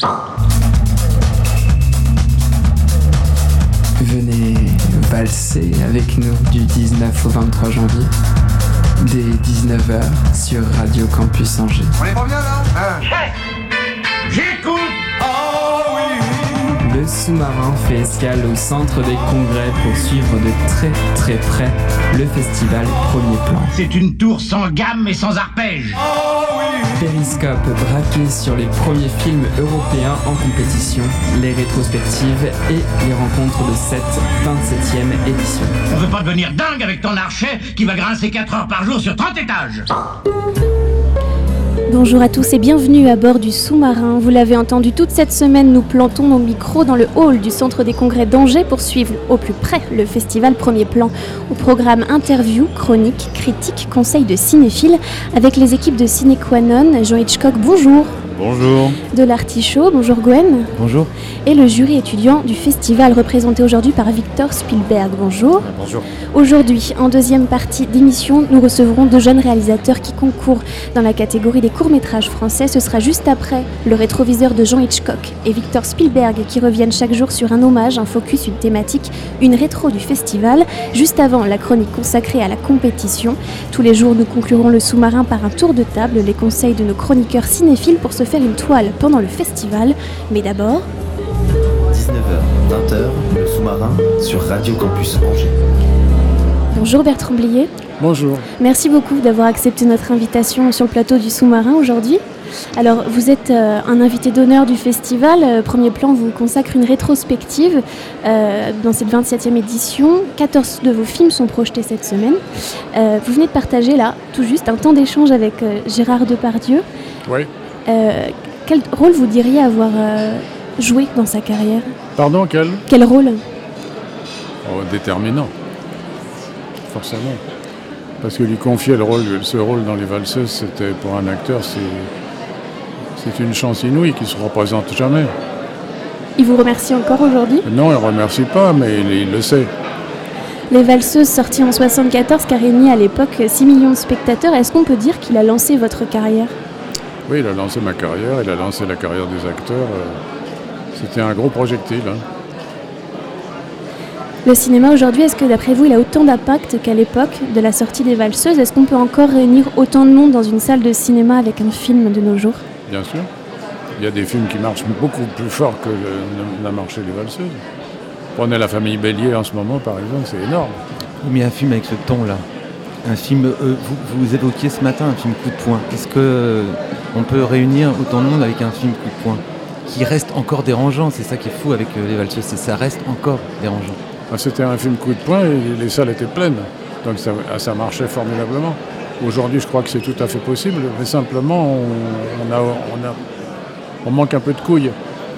Venez valser avec nous du 19 au 23 janvier, dès 19h sur Radio Campus Angers. On est pas bien là J'écoute. Oh oui. Le sous-marin fait escale au centre des congrès pour suivre de très très près le festival Premier Plan. C'est une tour sans gamme et sans arpège. Oh oui. Périscope braqué sur les premiers films européens en compétition, les rétrospectives et les rencontres de cette 27e édition. On veut pas devenir dingue avec ton archet qui va grincer 4 heures par jour sur 30 étages. Bonjour à tous et bienvenue à bord du sous-marin. Vous l'avez entendu, toute cette semaine, nous plantons nos micros dans le hall du centre des congrès d'Angers pour suivre au plus près le festival Premier Plan. Au programme interview, chroniques, critiques, conseils de cinéphiles avec les équipes de Ciné Quanon. Jean Hitchcock, bonjour. Bonjour. De l'Artichaut, bonjour Gwen. Bonjour. Et le jury étudiant du festival représenté aujourd'hui par Victor Spielberg, bonjour. Bonjour. Aujourd'hui, en deuxième partie d'émission, nous recevrons deux jeunes réalisateurs qui concourent dans la catégorie des courts-métrages français. Ce sera juste après le rétroviseur de Jean Hitchcock et Victor Spielberg qui reviennent chaque jour sur un hommage, un focus, une thématique, une rétro du festival. Juste avant, la chronique consacrée à la compétition. Tous les jours, nous conclurons le sous-marin par un tour de table, les conseils de nos chroniqueurs cinéphiles pour se faire une toile pendant le festival. Mais d'abord... 19h, 20h, le sous-marin sur Radio Campus Angers. Bonjour Bertrand Blier. Bonjour. Merci beaucoup d'avoir accepté notre invitation sur le plateau du sous-marin aujourd'hui. Alors, vous êtes un invité d'honneur du festival. Premier Plan vous consacre une rétrospective dans cette 27e édition. 14 de vos films sont projetés cette semaine. Vous venez de partager là, tout juste, un temps d'échange avec Gérard Depardieu. Oui. Quel rôle vous diriez avoir joué dans sa carrière ? Pardon, Quel rôle ? Déterminant. Forcément. Parce que lui confier ce rôle dans Les Valseuses, c'était pour un acteur, c'est une chance inouïe qui ne se représente jamais. Il vous remercie encore aujourd'hui ? Non, il ne remercie pas, mais il le sait. Les Valseuses, sorties en 1974, qui a réuni à l'époque 6 millions de spectateurs, est-ce qu'on peut dire qu'il a lancé votre carrière ? Oui, il a lancé ma carrière, il a lancé la carrière des acteurs. C'était un gros projectile. Hein. Le cinéma aujourd'hui, est-ce que d'après vous, il a autant d'impact qu'à l'époque de la sortie des Valseuses ? Est-ce qu'on peut encore réunir autant de monde dans une salle de cinéma avec un film de nos jours ? Bien sûr. Il y a des films qui marchent beaucoup plus fort que n'a marché Les Valseuses. Prenez La Famille Bélier en ce moment, par exemple, c'est énorme. Mais un film avec ce ton-là, un film, vous évoquiez ce matin un film coup de poing. Est-ce qu'on peut réunir autant de monde avec un film coup de poing qui reste encore dérangeant ? C'est ça qui est fou avec Les Valseuses, ça reste encore dérangeant. C'était un film coup de poing et les salles étaient pleines, donc ça marchait formidablement. Aujourd'hui, je crois que c'est tout à fait possible, mais simplement, on manque un peu de couilles.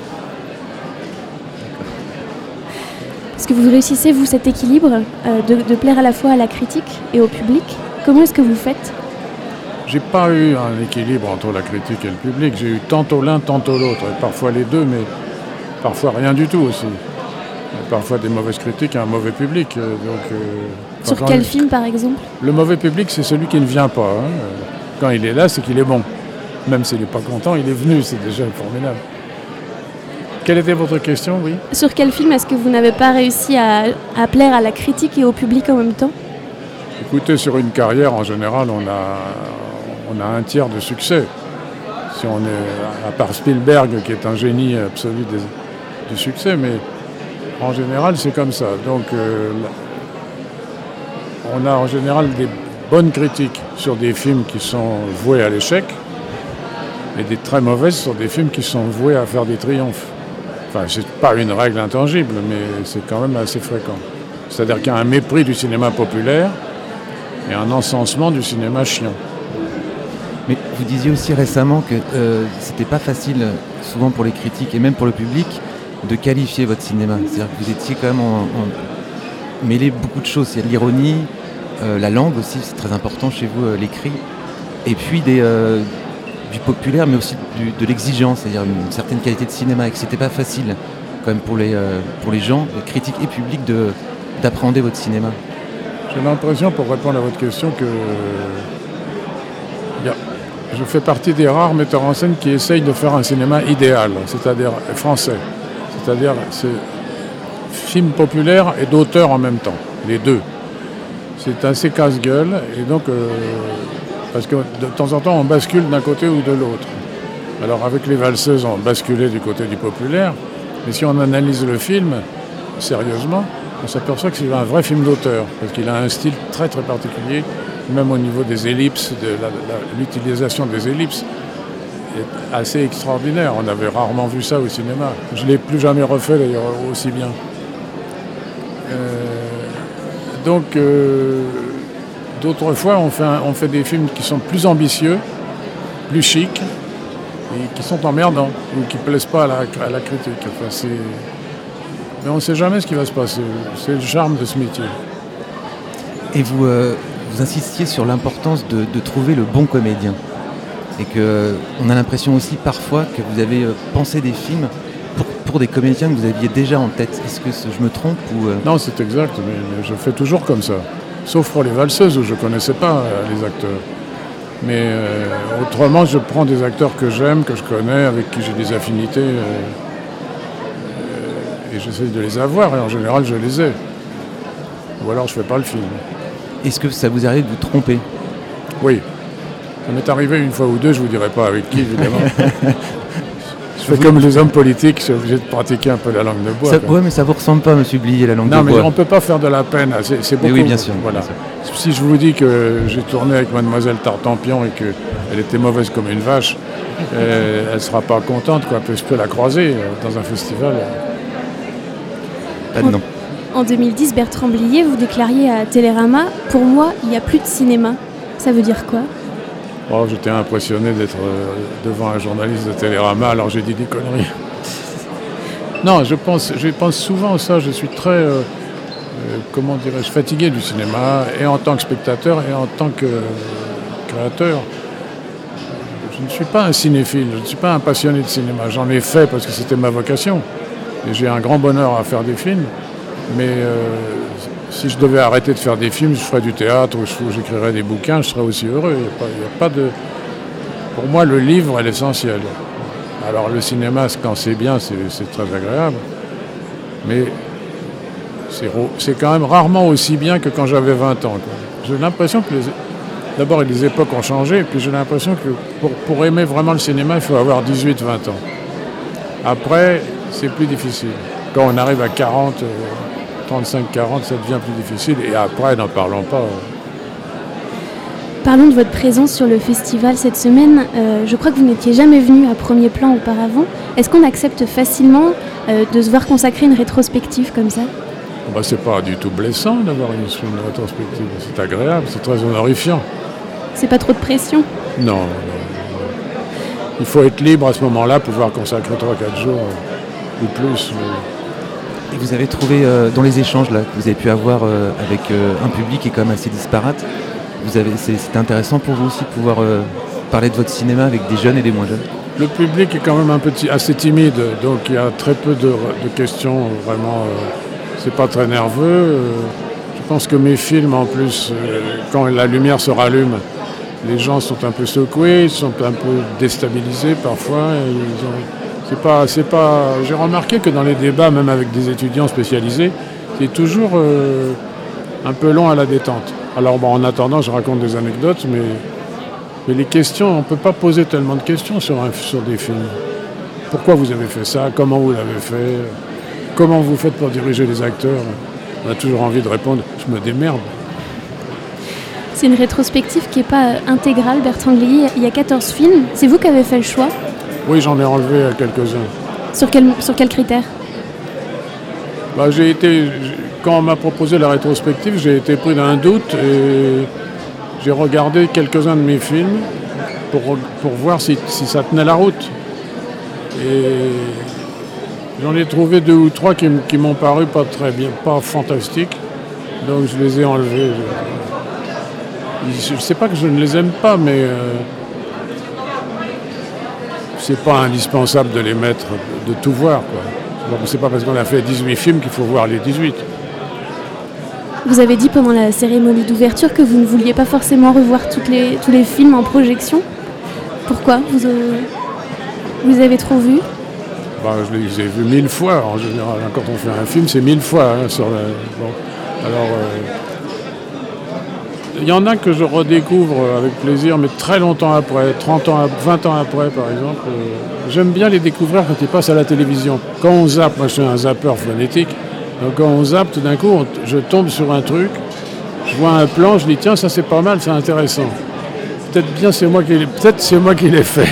Est-ce que vous réussissez, vous, cet équilibre de plaire à la fois à la critique et au public ? Comment est-ce que vous faites ? J'ai pas eu un équilibre entre la critique et le public. J'ai eu tantôt l'un, tantôt l'autre, et parfois les deux, mais parfois rien du tout aussi. Parfois des mauvaises critiques et un mauvais public. Sur quel film, par exemple ? Le mauvais public, c'est celui qui ne vient pas. Hein. Quand il est là, c'est qu'il est bon. Même s'il n'est pas content, il est venu, c'est déjà formidable. Quelle était votre question, oui ? Sur quel film est-ce que vous n'avez pas réussi à plaire à la critique et au public en même temps ? Écoutez, sur une carrière, en général, on a un tiers de succès. Si on est, à part Spielberg, qui est un génie absolu du succès, mais en général, c'est comme ça. Donc, on a en général des bonnes critiques sur des films qui sont voués à l'échec et des très mauvaises sur des films qui sont voués à faire des triomphes. Enfin, c'est pas une règle intangible, mais c'est quand même assez fréquent. C'est-à-dire qu'il y a un mépris du cinéma populaire et un encensement du cinéma chiant. Mais vous disiez aussi récemment que c'était pas facile, souvent pour les critiques et même pour le public, de qualifier votre cinéma. C'est-à-dire que vous étiez quand même mêlé beaucoup de choses. Il y a de l'ironie, la langue aussi, c'est très important chez vous, l'écrit, et puis du populaire, mais aussi de l'exigence, c'est-à-dire une certaine qualité de cinéma, et que c'était pas facile quand même pour les gens, les critiques et publics, d'appréhender votre cinéma. J'ai l'impression, pour répondre à votre question, que je fais partie des rares metteurs en scène qui essayent de faire un cinéma idéal, c'est-à-dire français. C'est-à-dire c'est film populaire et d'auteur en même temps, les deux. C'est assez casse-gueule, et donc parce que de temps en temps on bascule d'un côté ou de l'autre. Alors avec Les Valseuses on basculait du côté du populaire, mais si on analyse le film sérieusement, on s'aperçoit que c'est un vrai film d'auteur, parce qu'il a un style très très particulier, même au niveau des ellipses, de l'utilisation des ellipses est assez extraordinaire. On avait rarement vu ça au cinéma. Je ne l'ai plus jamais refait d'ailleurs aussi bien. D'autres fois, on fait des films qui sont plus ambitieux, plus chics, et qui sont emmerdants, ou qui ne plaisent pas à la critique. Enfin, mais on ne sait jamais ce qui va se passer. C'est le charme de ce métier. Et vous insistiez sur l'importance de trouver le bon comédien. Et qu'on a l'impression aussi parfois que vous avez pensé des films pour des comédiens que vous aviez déjà en tête. Est-ce que je me trompe ou Non, c'est exact, mais je fais toujours comme ça. Sauf pour Les Valseuses où je ne connaissais pas les acteurs. Mais autrement, je prends des acteurs que j'aime, que je connais, avec qui j'ai des affinités. Et j'essaie de les avoir, et en général, je les ai. Ou alors, je ne fais pas le film. Est-ce que ça vous arrive de vous tromper ? Oui. Ça m'est arrivé une fois ou deux, je ne vous dirai pas avec qui, évidemment. Je fais comme les hommes politiques, je suis obligé de pratiquer un peu la langue de bois. Oui, mais ça ne vous ressemble pas, monsieur Blier, la langue de bois. Non, mais on ne peut pas faire de la peine. C'est beaucoup. Oui, bien sûr. Voilà. Bien sûr. Si je vous dis que j'ai tourné avec mademoiselle Tartampion et qu'elle était mauvaise comme une vache, elle ne sera pas contente, quoi. Je peux la croiser dans un festival. Pas de nom. En 2010, Bertrand Blier, vous déclariez à Télérama « Pour moi, il n'y a plus de cinéma ». Ça veut dire quoi ? Oh, j'étais impressionné d'être devant un journaliste de Télérama, alors j'ai dit des conneries. Non, je pense souvent à ça. Je suis très, comment dirais-je, fatigué du cinéma, et en tant que spectateur, et en tant que créateur. Je ne suis pas un cinéphile, je ne suis pas un passionné de cinéma. J'en ai fait parce que c'était ma vocation. Et j'ai un grand bonheur à faire des films. Mais si je devais arrêter de faire des films, je ferais du théâtre ou j'écrirais des bouquins, je serais aussi heureux. Il y a pas de... Pour moi, le livre est l'essentiel. Alors le cinéma, quand c'est bien, c'est très agréable. Mais c'est quand même rarement aussi bien que quand j'avais 20 ans. Quoi. J'ai l'impression que d'abord les époques ont changé, et puis j'ai l'impression que pour aimer vraiment le cinéma, il faut avoir 18-20 ans. Après, c'est plus difficile. Quand on arrive à 40... 35-40, ça devient plus difficile. Et après, n'en parlons pas. Parlons de votre présence sur le festival cette semaine. Je crois que vous n'étiez jamais venu à Premier Plan auparavant. Est-ce qu'on accepte facilement de se voir consacrer une rétrospective comme ça ? C'est pas du tout blessant d'avoir une rétrospective. C'est agréable, c'est très honorifiant. C'est pas trop de pression ? Non. Il faut être libre à ce moment-là, pouvoir consacrer 3-4 jours ou plus. Et vous avez trouvé, dans les échanges là, que vous avez pu avoir avec un public qui est quand même assez disparate, c'était intéressant pour vous aussi de pouvoir parler de votre cinéma avec des jeunes et des moins jeunes ? Le public est quand même assez timide, donc il y a très peu de questions, vraiment, c'est pas très nerveux. Je pense que mes films, en plus, quand la lumière se rallume, les gens sont un peu secoués, ils sont un peu déstabilisés parfois. J'ai remarqué que dans les débats, même avec des étudiants spécialisés, c'est toujours un peu long à la détente. Alors en attendant, je raconte des anecdotes, mais les questions, on ne peut pas poser tellement de questions sur des films. Pourquoi vous avez fait ça ? Comment vous l'avez fait ? Comment vous faites pour diriger les acteurs ? On a toujours envie de répondre, je me démerde. C'est une rétrospective qui n'est pas intégrale, Bertrand Blier. Il y a 14 films. C'est vous qui avez fait le choix ? Oui, j'en ai enlevé quelques-uns. Sur quels critères ? Quand on m'a proposé la rétrospective, j'ai été pris d'un doute et j'ai regardé quelques-uns de mes films pour voir si ça tenait la route. Et j'en ai trouvé 2 ou 3 qui m'ont paru pas très bien, pas fantastiques. Donc je les ai enlevés. Je ne sais pas que je ne les aime pas, mais... c'est pas indispensable de les mettre, de tout voir, quoi. C'est pas parce qu'on a fait 18 films qu'il faut voir les 18. Vous avez dit pendant la cérémonie d'ouverture que vous ne vouliez pas forcément revoir tous les films en projection. Pourquoi vous avez trop vu? Je les ai vus 1000 fois. En général, quand on fait un film, c'est 1000 fois. Alors, il y en a que je redécouvre avec plaisir, mais très longtemps après, 30 ans, 20 ans après, par exemple. J'aime bien les découvrir quand ils passent à la télévision. Quand on zappe, moi je suis un zappeur phonétique, donc quand on zappe, tout d'un coup, je tombe sur un truc, je vois un plan, je dis tiens, ça c'est pas mal, c'est intéressant. Peut-être c'est moi qui l'ai fait.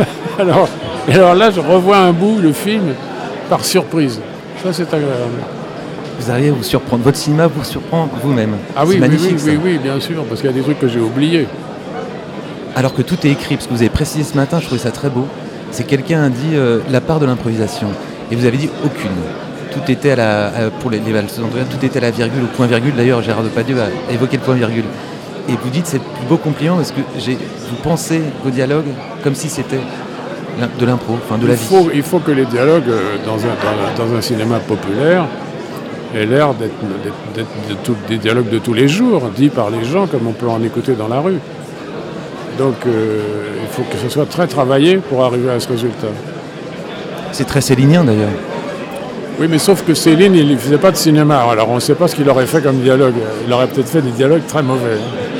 alors là, je revois un bout, le film, par surprise. Ça, c'est agréable. Vous arrivez à vous surprendre. Votre cinéma vous surprend vous-même. Ah oui, c'est magnifique, oui, bien sûr, parce qu'il y a des trucs que j'ai oubliés. Alors que tout est écrit, parce que vous avez précisé ce matin, je trouvais ça très beau. C'est quelqu'un a dit la part de l'improvisation. Et vous avez dit aucune. Tout était pour les valseuses, tout était à la virgule, au point virgule. D'ailleurs, Gérard Depardieu a évoqué le point virgule. Et vous dites c'est le plus beau compliment parce que vous pensez au dialogue comme si c'était de l'impro, de la vie. Il faut que les dialogues dans un cinéma populaire aient l'air d'être des dialogues de tous les jours, dits par les gens comme on peut en écouter dans la rue. Donc il faut que ce soit très travaillé pour arriver à ce résultat. C'est très célinien d'ailleurs. Oui, mais sauf que Céline, il ne faisait pas de cinéma. Alors on ne sait pas ce qu'il aurait fait comme dialogue. Il aurait peut-être fait des dialogues très mauvais.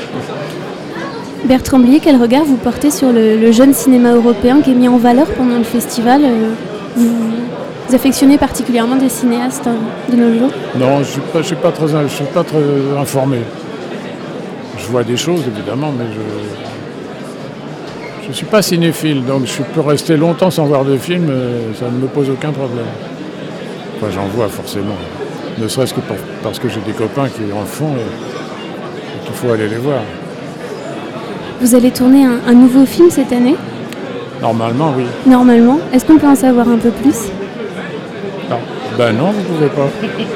Bertrand Blier, quel regard vous portez sur le jeune cinéma européen qui est mis en valeur pendant le festival? Vous affectionnez particulièrement des cinéastes de nos jours? Non, je suis pas très informé. Je vois des choses, évidemment, mais je ne suis pas cinéphile, donc je peux rester longtemps sans voir de film, ça ne me pose aucun problème. Enfin, j'en vois forcément, ne serait-ce que parce que j'ai des copains qui en font et qu'il faut aller les voir. Vous allez tourner un nouveau film cette année? Normalement, oui. Normalement. Est-ce qu'on peut en savoir un peu plus? Non. Ben non, vous ne pouvez pas.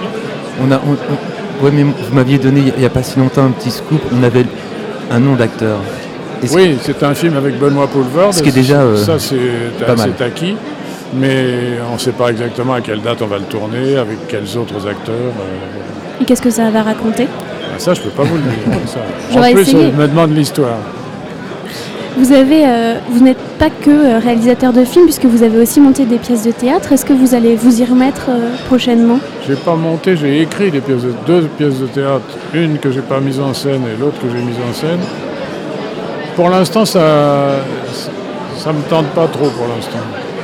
Ouais, mais vous m'aviez donné il n'y a pas si longtemps un petit scoop, on avait un nom d'acteur. Oui, c'est un film avec Benoît Poelvoorde. Ce qui est déjà ça, c'est acquis. Mais on ne sait pas exactement à quelle date on va le tourner, avec quels autres acteurs. Et qu'est-ce que ça va raconter? Ça, je ne peux pas vous le dire. Ça. J'aurais essayé. On me demande l'histoire. Vous n'êtes pas que réalisateur de films, puisque vous avez aussi monté des pièces de théâtre. Est-ce que vous allez vous y remettre prochainement? J'ai pas monté, j'ai écrit deux pièces de théâtre. Une que j'ai pas mise en scène et l'autre que j'ai mise en scène. Pour l'instant, ça me tente pas trop pour l'instant.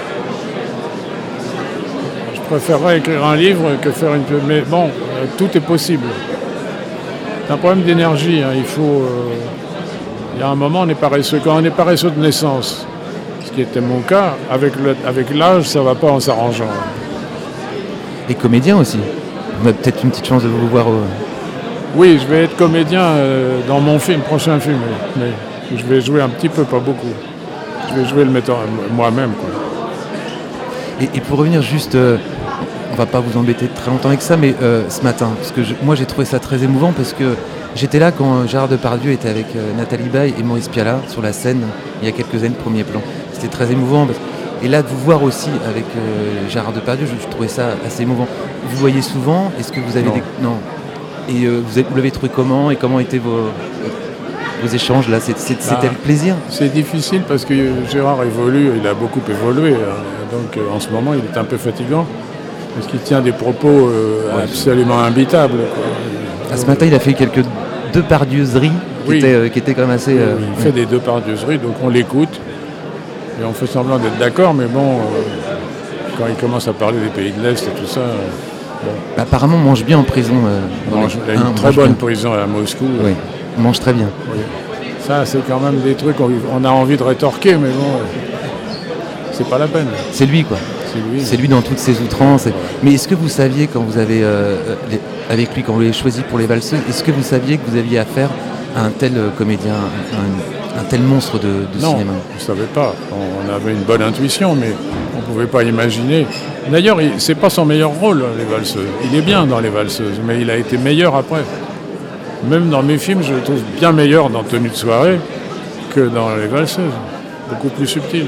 Je préférerais écrire un livre que faire une pièce. Mais bon, tout est possible. C'est un problème d'énergie. Hein. Il y a un moment, on est paresseux. Quand on est paresseux de naissance, ce qui était mon cas, avec l'âge, ça ne va pas en s'arrangeant. Et comédien aussi. On a peut-être une petite chance de vous voir. Oui, je vais être comédien dans mon prochain film. Mais je vais jouer un petit peu, pas beaucoup. Je vais jouer le metteur moi-même. Quoi. Et pour revenir juste, on va pas vous embêter très longtemps avec ça, mais ce matin, parce que moi j'ai trouvé ça très émouvant parce que j'étais là quand Gérard Depardieu était avec Nathalie Baye et Maurice Pialat sur la scène il y a quelques années, premier plan. C'était très émouvant. Et là, de vous voir aussi avec Gérard Depardieu, je trouvais ça assez émouvant. Vous voyez souvent, est-ce que vous avez Non. Et vous l'avez trouvé comment? Et comment étaient vos échanges là? C'était avec plaisir? C'est difficile parce que Gérard évolue, il a beaucoup évolué. Hein. Donc en ce moment, il est un peu fatigant parce qu'il tient des propos absolument imbitables. Quoi. Ce matin, il a fait deux pardieuseries qui étaient quand même assez... il fait des pardieuseries, donc on l'écoute. Et on fait semblant d'être d'accord, mais bon, quand il commence à parler des pays de l'Est et tout ça... Bon. Apparemment, on mange bien en prison. Il y a une très bonne prison à Moscou. Oui, on mange très bien. Oui. Ça, c'est quand même des trucs qu'on a envie de rétorquer, mais bon, c'est pas la peine. C'est lui, quoi. C'est lui dans toutes ses outrances. Mais est-ce que vous saviez, quand vous avez, avec lui, quand vous l'avez choisi pour Les Valseuses, est-ce que vous saviez que vous aviez affaire à un tel comédien, un tel monstre de cinéma? Non, je ne savais pas. On avait une bonne intuition, mais on ne pouvait pas imaginer. D'ailleurs, c'est pas son meilleur rôle, Les Valseuses. Il est bien dans Les Valseuses, mais il a été meilleur après. Même dans mes films, je le trouve bien meilleur dans Tenue de soirée que dans Les Valseuses. Beaucoup plus subtil.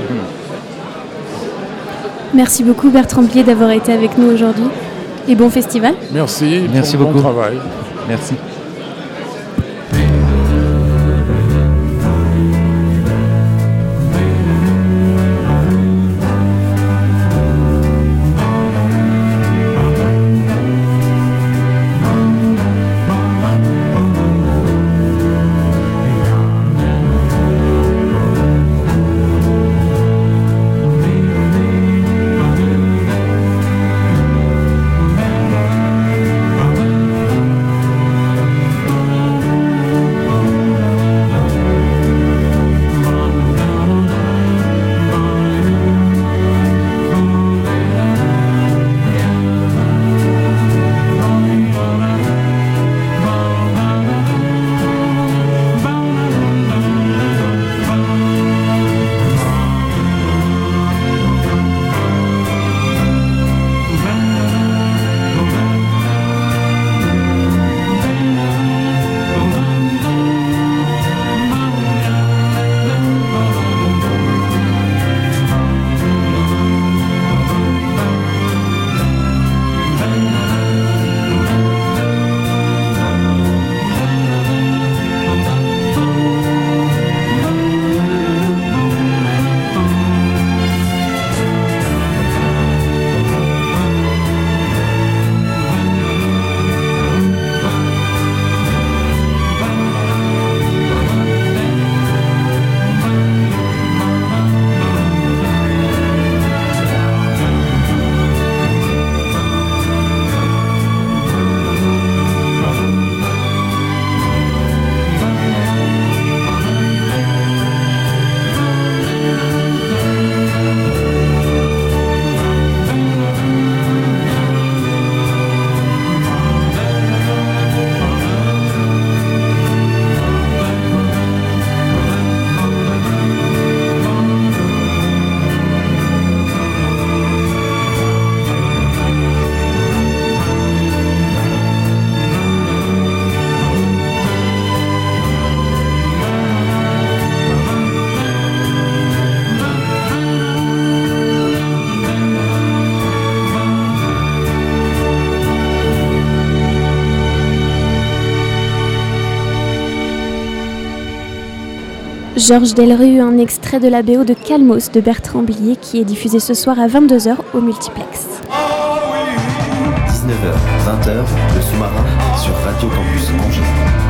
Merci beaucoup Bertrand Blier d'avoir été avec nous aujourd'hui. Et bon festival. Merci beaucoup. Bon travail. Merci. Georges Delrue, un extrait de la BO de Calmos de Bertrand Blier qui est diffusé ce soir à 22h au multiplex. 19h, 20h, le sous-marin sur Radio Campus Angers.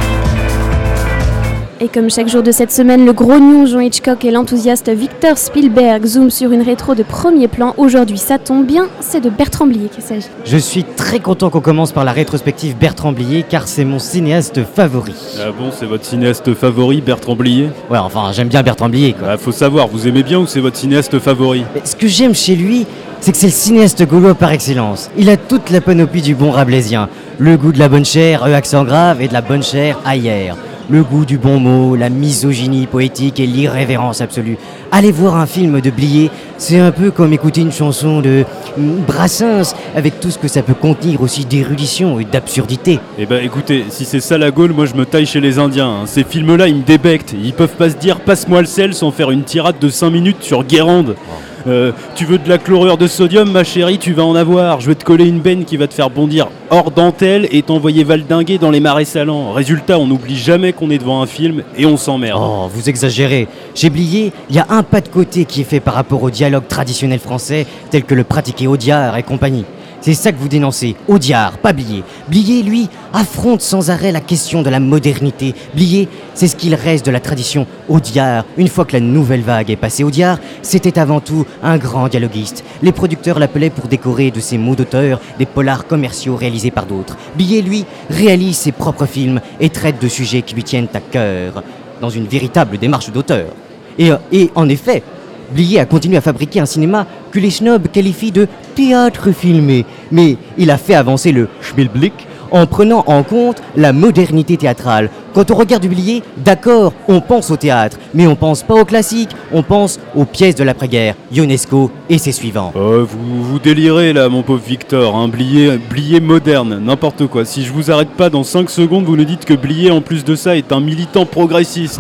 Et comme chaque jour de cette semaine, le grognon Jean Hitchcock et l'enthousiaste Victor Spielberg zooment sur une rétro de premier plan. Aujourd'hui, ça tombe bien, c'est de Bertrand Blier qu'il s'agit. Je suis très content qu'on commence par la rétrospective Bertrand Blier, car c'est mon cinéaste favori. Ah bon, c'est votre cinéaste favori, Bertrand Blier ? Ouais, enfin, j'aime bien Bertrand Blier, quoi. Faut savoir, vous aimez bien ou c'est votre cinéaste favori ? Mais ce que j'aime chez lui, c'est que c'est le cinéaste gaulois par excellence. Il a toute la panoplie du bon rabelaisien. Le goût de la bonne chair, accent grave, et de la bonne chair, ailleurs. Le goût du bon mot, la misogynie poétique et l'irrévérence absolue. Aller voir un film de Blier, c'est un peu comme écouter une chanson de Brassens, avec tout ce que ça peut contenir aussi d'érudition et d'absurdité. Eh ben écoutez, si c'est ça la Gaule, moi je me taille chez les Indiens. Ces films-là, ils me débectent. Ils peuvent pas se dire « passe-moi le sel » sans faire une tirade de 5 minutes sur Guérande. Tu veux de la chlorure de sodium, ma chérie, tu vas en avoir. Je vais te coller une benne qui va te faire bondir hors dentelle et t'envoyer valdinguer dans les marais salants. Résultat, on n'oublie jamais qu'on est devant un film et on s'emmerde. Oh, vous exagérez. Chez Blier, il y a un pas de côté qui est fait par rapport au dialogue traditionnel français, tel que le pratiquait Audiard et compagnie. C'est ça que vous dénoncez, Audiard, pas Blier. Blier, lui, affronte sans arrêt la question de la modernité. Blier, c'est ce qu'il reste de la tradition Audiard. Une fois que la nouvelle vague est passée, Audiard, c'était avant tout un grand dialoguiste. Les producteurs l'appelaient pour décorer de ses mots d'auteur des polars commerciaux réalisés par d'autres. Blier, lui, réalise ses propres films et traite de sujets qui lui tiennent à cœur, dans une véritable démarche d'auteur. Et en effet, Blier a continué à fabriquer un cinéma que les snobs qualifient de théâtre filmé. Mais il a fait avancer le Schmilblick en prenant en compte la modernité théâtrale. Quand on regarde Blier, d'accord, on pense au théâtre, mais on pense pas au classique, on pense aux pièces de l'après-guerre, Ionesco et ses suivants. Vous délirez là, mon pauvre Victor, hein. Blier moderne, n'importe quoi. Si je vous arrête pas dans 5 secondes, vous nous dites que Blier, en plus de ça, est un militant progressiste.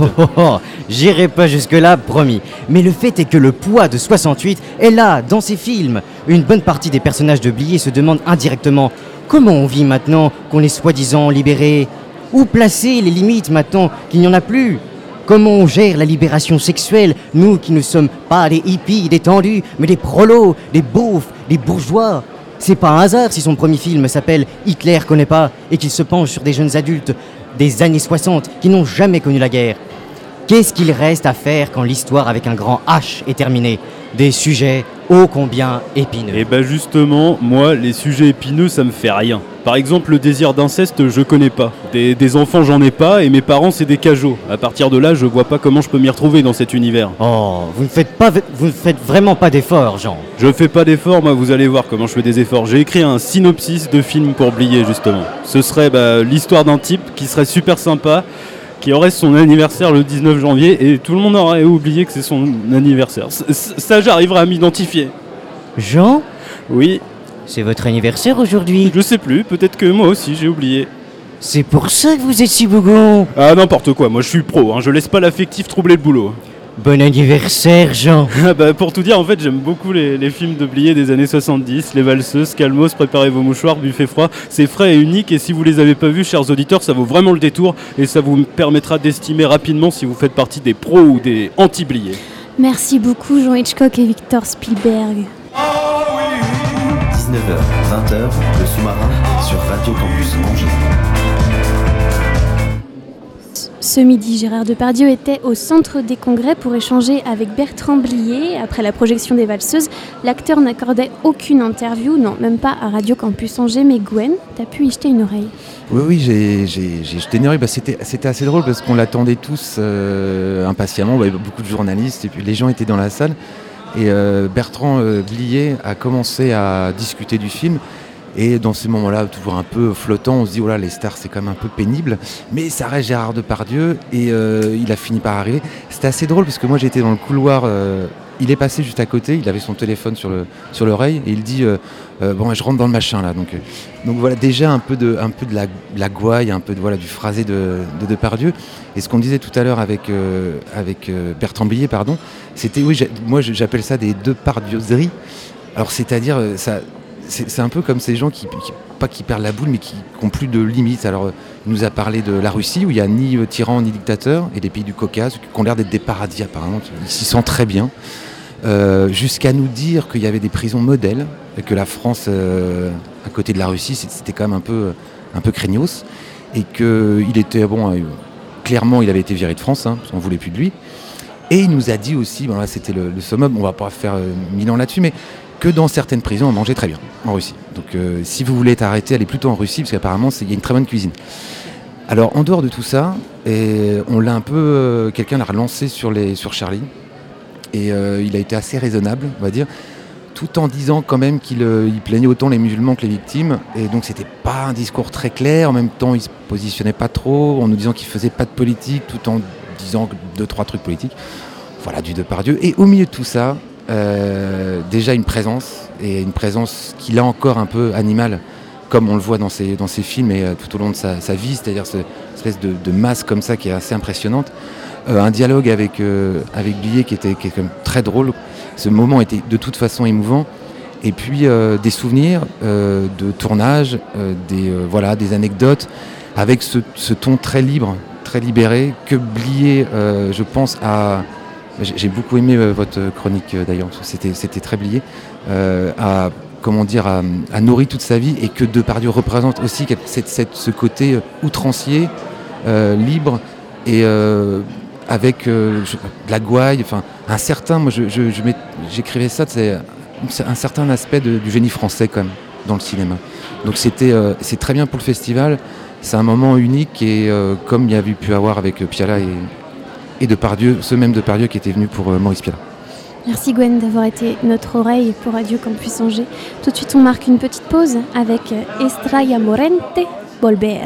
J'irai pas jusque-là, promis. Mais le fait est que le poids de 68 est là, dans ses films. Une bonne partie des personnages de Blier se demandent indirectement comment on vit maintenant qu'on est soi-disant libéré. Où placer les limites maintenant qu'il n'y en a plus? Comment on gère la libération sexuelle, nous qui ne sommes pas des hippies détendus, mais des prolos, des beaufs, des bourgeois? C'est pas un hasard si son premier film s'appelle Hitler connaît pas et qu'il se penche sur des jeunes adultes des années 60 qui n'ont jamais connu la guerre. Qu'est-ce qu'il reste à faire quand l'histoire avec un grand H est terminée? Des sujets ô combien épineux. Et bah justement, moi, les sujets épineux, ça me fait rien. Par exemple, le désir d'inceste, je connais pas. Des enfants, j'en ai pas, et mes parents, c'est des cajots. À partir de là, je vois pas comment je peux m'y retrouver dans cet univers. Oh, vous ne faites vraiment pas d'efforts, Jean. Je fais pas d'efforts, moi, vous allez voir comment je fais des efforts. J'ai écrit un synopsis de film pour Blier, justement. Ce serait l'histoire d'un type qui serait super sympa, qui aurait son anniversaire le 19 janvier et tout le monde aurait oublié que c'est son anniversaire. Ça, j'arriverai à m'identifier. Jean ? Oui. C'est votre anniversaire aujourd'hui ? Je sais plus, peut-être que moi aussi j'ai oublié. C'est pour ça que vous êtes si bougon ? Ah n'importe quoi, moi je suis pro, hein, je laisse pas l'affectif troubler le boulot. Bon anniversaire, Jean. Pour tout dire, en fait, j'aime beaucoup les films de Blier des années 70, Les Valseuses, Calmos, Préparez vos mouchoirs, Buffet froid. C'est frais et unique et si vous les avez pas vus, chers auditeurs, ça vaut vraiment le détour et ça vous permettra d'estimer rapidement si vous faites partie des pros ou des anti-Blier. Merci beaucoup, Jean Hitchcock et Victor Spielberg. 19h, 20h, le sous-marin sur Radio Campus Angers. Ce midi, Gérard Depardieu était au Centre des Congrès pour échanger avec Bertrand Blier. Après la projection des Valseuses, l'acteur n'accordait aucune interview, non, même pas à Radio Campus Angers, mais Gwen, t'as pu y jeter une oreille? Oui, j'ai jeté une oreille. C'était assez drôle parce qu'on l'attendait tous impatiemment. Il y avait beaucoup de journalistes et puis les gens étaient dans la salle. Et Bertrand Blier a commencé à discuter du film. Et dans ces moments-là, toujours un peu flottant, on se dit, oh là, les stars, c'est quand même un peu pénible. Mais ça reste Gérard Depardieu et il a fini par arriver. C'était assez drôle parce que moi, j'étais dans le couloir. Il est passé juste à côté, il avait son téléphone sur l'oreille et il dit, bon, je rentre dans le machin là. Donc voilà, déjà un peu de la gouaille, un peu du phrasé de Depardieu. Et ce qu'on disait tout à l'heure avec Bertrand Blier, c'était, oui, moi j'appelle ça des depardieuseries. Alors c'est-à-dire, ça... c'est un peu comme ces gens pas qui perdent la boule, mais qui n'ont plus de limites. Alors, il nous a parlé de la Russie, où il n'y a ni tyran ni dictateur, et des pays du Caucase, qui ont l'air d'être des paradis apparemment, ils s'y sentent très bien. Jusqu'à nous dire qu'il y avait des prisons modèles, et que la France, à côté de la Russie, c'était quand même un peu craignos, et qu'il était, clairement, il avait été viré de France, on ne voulait plus de lui. Et il nous a dit aussi, là c'était le summum, on ne va pas faire 1000 ans là-dessus, mais que dans certaines prisons, on mangeait très bien en Russie. Donc si vous voulez être arrêté, allez plutôt en Russie, parce qu'apparemment, il y a une très bonne cuisine. Alors en dehors de tout ça, on l'a un peu, quelqu'un l'a relancé sur Charlie, et il a été assez raisonnable, on va dire, tout en disant quand même qu'il plaignait autant les musulmans que les victimes, et donc c'était pas un discours très clair. En même temps, il se positionnait pas trop, en nous disant qu'il faisait pas de politique, tout en disant 2-3 trucs politiques. Voilà, du Depardieu. Et au milieu de tout ça, déjà une présence qu'il a encore un peu animale, comme on le voit dans ses films et tout au long de sa vie, c'est-à-dire cette espèce de masse comme ça qui est assez impressionnante. Un dialogue avec Blier qui est quand même très drôle. Ce moment était de toute façon émouvant. Et puis des souvenirs de tournage, des anecdotes, avec ce ton très libre, très libéré, que Blier, je pense, j'ai beaucoup aimé votre chronique d'ailleurs, c'était très Blier, a nourri toute sa vie, et que Depardieu représente aussi ce côté outrancier, libre, et avec de la gouaille, enfin un certain, moi j'écrivais ça, c'est un certain aspect du génie français quand même dans le cinéma. Donc c'est très bien pour le festival, c'est un moment unique, et comme il y avait pu avoir avec Piala et Depardieu, ce même Depardieu qui était venu pour Maurice Piala. Merci Gwen d'avoir été notre oreille pour Radio Campus Angers. Tout de suite on marque une petite pause avec Estrella Morente, Volver.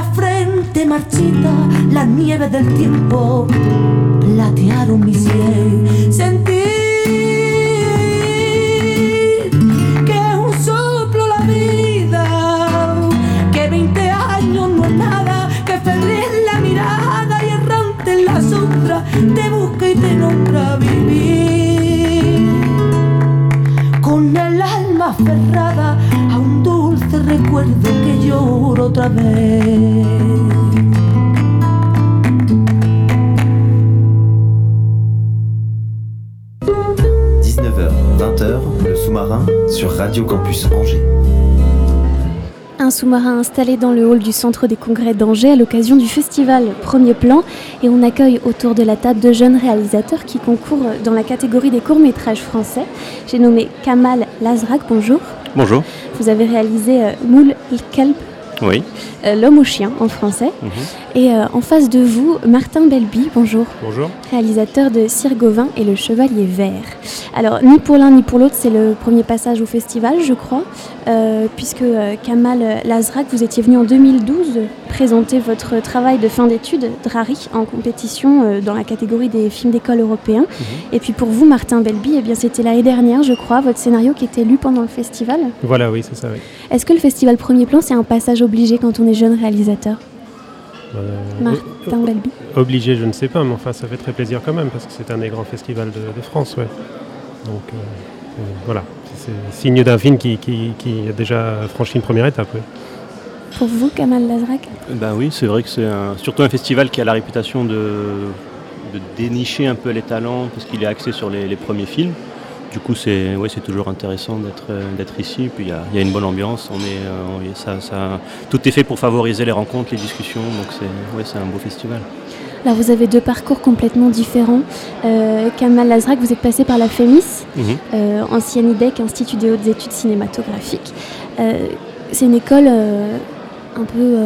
la frente marchita, la nieve del tiempo platearon mi sien. Sentir que es un soplo la vida, que 20 años no es nada, que febril la mirada y errante en la sombra te busca y te nombra vivir. Con el alma aferrada a un dulce recuerdo que lloro otra vez. Le sous-marin sur Radio Campus Angers. Un sous-marin installé dans le hall du centre des congrès d'Angers à l'occasion du festival Premier Plan, et on accueille autour de la table de jeunes réalisateurs qui concourent dans la catégorie des courts-métrages français. J'ai nommé Kamal Lazrak, bonjour. Bonjour. Vous avez réalisé Moul Kelp, oui. L'homme au chien en français. Et en face de vous, Martin Belby, bonjour. Bonjour. Réalisateur de Sir Gauvin et le Chevalier Vert. Alors, ni pour l'un ni pour l'autre, c'est le premier passage au festival, je crois, puisque Kamal Lazrak, vous étiez venu en 2012 présenter votre travail de fin d'études, Drari, en compétition dans la catégorie des films d'école européens. Et puis pour vous, Martin Belby, eh bien, c'était l'année dernière, je crois, votre scénario qui était lu pendant le festival. Voilà, oui, c'est ça, oui. Est-ce que le festival Premier Plan, c'est un passage obligé quand on est jeune réalisateur ? Martin Belby. Obligé, je ne sais pas, mais enfin, ça fait très plaisir quand même, parce que c'est un des grands festivals de France, ouais. Donc voilà, c'est signe d'un film qui a déjà franchi une première étape. Oui. Pour vous, Kamal Lazrak ? Ben oui, c'est vrai que c'est surtout un festival qui a la réputation de dénicher un peu les talents, parce qu'il est axé sur les premiers films. Du coup, c'est toujours intéressant d'être ici. Puis il y a une bonne ambiance. Tout est fait pour favoriser les rencontres, les discussions. Donc c'est un beau festival. Alors vous avez deux parcours complètement différents. Kamal Lazrak, vous êtes passé par la FEMIS, ancienne IDEC, Institut des hautes études cinématographiques. C'est une école un peu,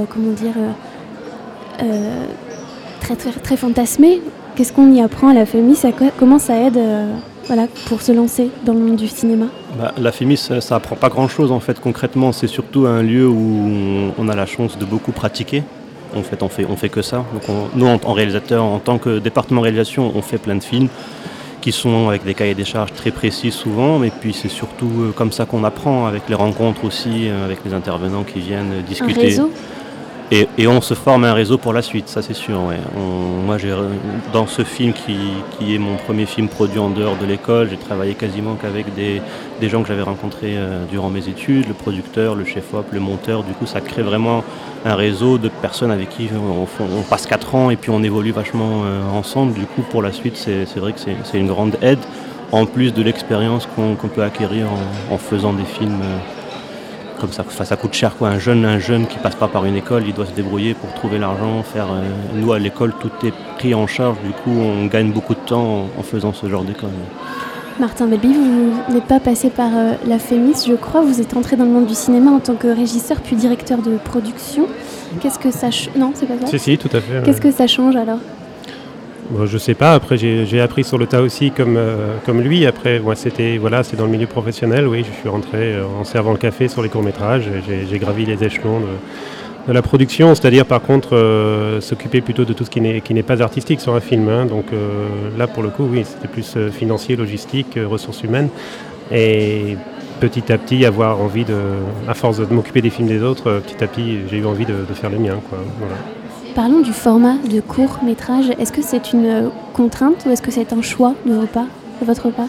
très, très, très fantasmée. Qu'est-ce qu'on y apprend à la FEMIS ? Comment ça aide pour se lancer dans le monde du cinéma ? La FEMIS, ça apprend pas grand-chose en fait. Concrètement, c'est surtout un lieu où on a la chance de beaucoup pratiquer. En fait, on fait que ça. Donc nous, en réalisateur, en tant que département réalisation, on fait plein de films qui sont avec des cahiers des charges très précis souvent. Mais puis c'est surtout comme ça qu'on apprend, avec les rencontres aussi, avec les intervenants qui viennent discuter. Un réseau ? Et on se forme un réseau pour la suite, ça c'est sûr. Ouais. Moi, dans ce film qui est mon premier film produit en dehors de l'école, j'ai travaillé quasiment qu'avec des gens que j'avais rencontrés durant mes études, le producteur, le chef-op, le monteur. Du coup, ça crée vraiment un réseau de personnes avec qui on passe 4 ans et puis on évolue vachement ensemble. Du coup, pour la suite, c'est vrai que c'est une grande aide, en plus de l'expérience qu'on peut acquérir en faisant des films. Comme ça coûte cher quoi. Un jeune qui passe pas par une école, il doit se débrouiller pour trouver l'argent, nous à l'école tout est pris en charge, du coup on gagne beaucoup de temps en faisant ce genre d'école. Martin Belby, vous n'êtes pas passé par la FEMIS, je crois, vous êtes entré dans le monde du cinéma en tant que régisseur puis directeur de production. Qu'est-ce que ça Non, c'est pas ça ? Si, tout à fait. Qu'est-ce que ça change alors ? Bon, je sais pas, après j'ai appris sur le tas aussi comme lui. Après, c'est dans le milieu professionnel, oui, je suis rentré en servant le café sur les courts-métrages, j'ai gravi les échelons de la production, c'est-à-dire par contre s'occuper plutôt de tout ce qui n'est pas artistique sur un film. Hein. Donc là pour le coup, oui, c'était plus financier, logistique, ressources humaines. Et petit à petit avoir envie à force de m'occuper des films des autres, petit à petit j'ai eu envie de faire les miens, quoi. Voilà. Parlons du format de court-métrage. Est-ce que c'est une contrainte ou est-ce que c'est un choix de votre part ?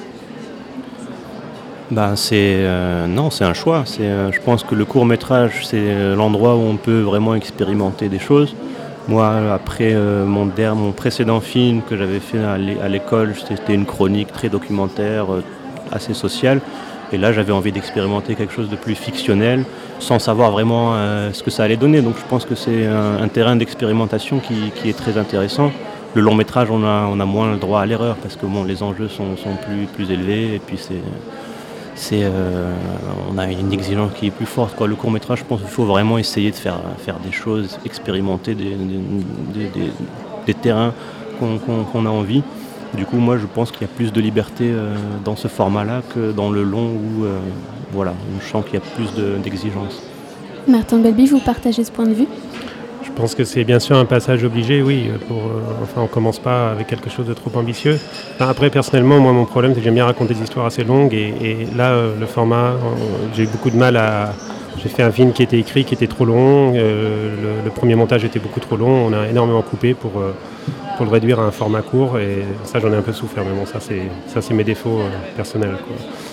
Non, c'est un choix. Je pense que le court-métrage, c'est l'endroit où on peut vraiment expérimenter des choses. Moi, après mon précédent film que j'avais fait à l'école, c'était une chronique très documentaire, assez sociale. Et là, j'avais envie d'expérimenter quelque chose de plus fictionnel, sans savoir vraiment ce que ça allait donner. Donc je pense que c'est un terrain d'expérimentation qui est très intéressant. Le long métrage, on a moins le droit à l'erreur, parce que les enjeux sont plus élevés, et puis on a une exigence qui est plus forte, quoi. Le court métrage, je pense qu'il faut vraiment essayer de faire des choses, expérimenter des terrains qu'on a envie. Du coup, moi, je pense qu'il y a plus de liberté dans ce format-là que dans le long où, je sens qu'il y a plus d'exigences. Martin Belby, vous partagez ce point de vue ? Je pense que c'est bien sûr un passage obligé, oui. On commence pas avec quelque chose de trop ambitieux. Enfin, après, personnellement, moi, mon problème, c'est que j'aime bien raconter des histoires assez longues. Et là, le format, j'ai eu beaucoup de mal à... J'ai fait un film qui était écrit, qui était trop long. Le premier montage était beaucoup trop long. On a énormément coupé pour le réduire à un format court. Et ça, j'en ai un peu souffert. Mais bon, ça, c'est mes défauts personnels, quoi.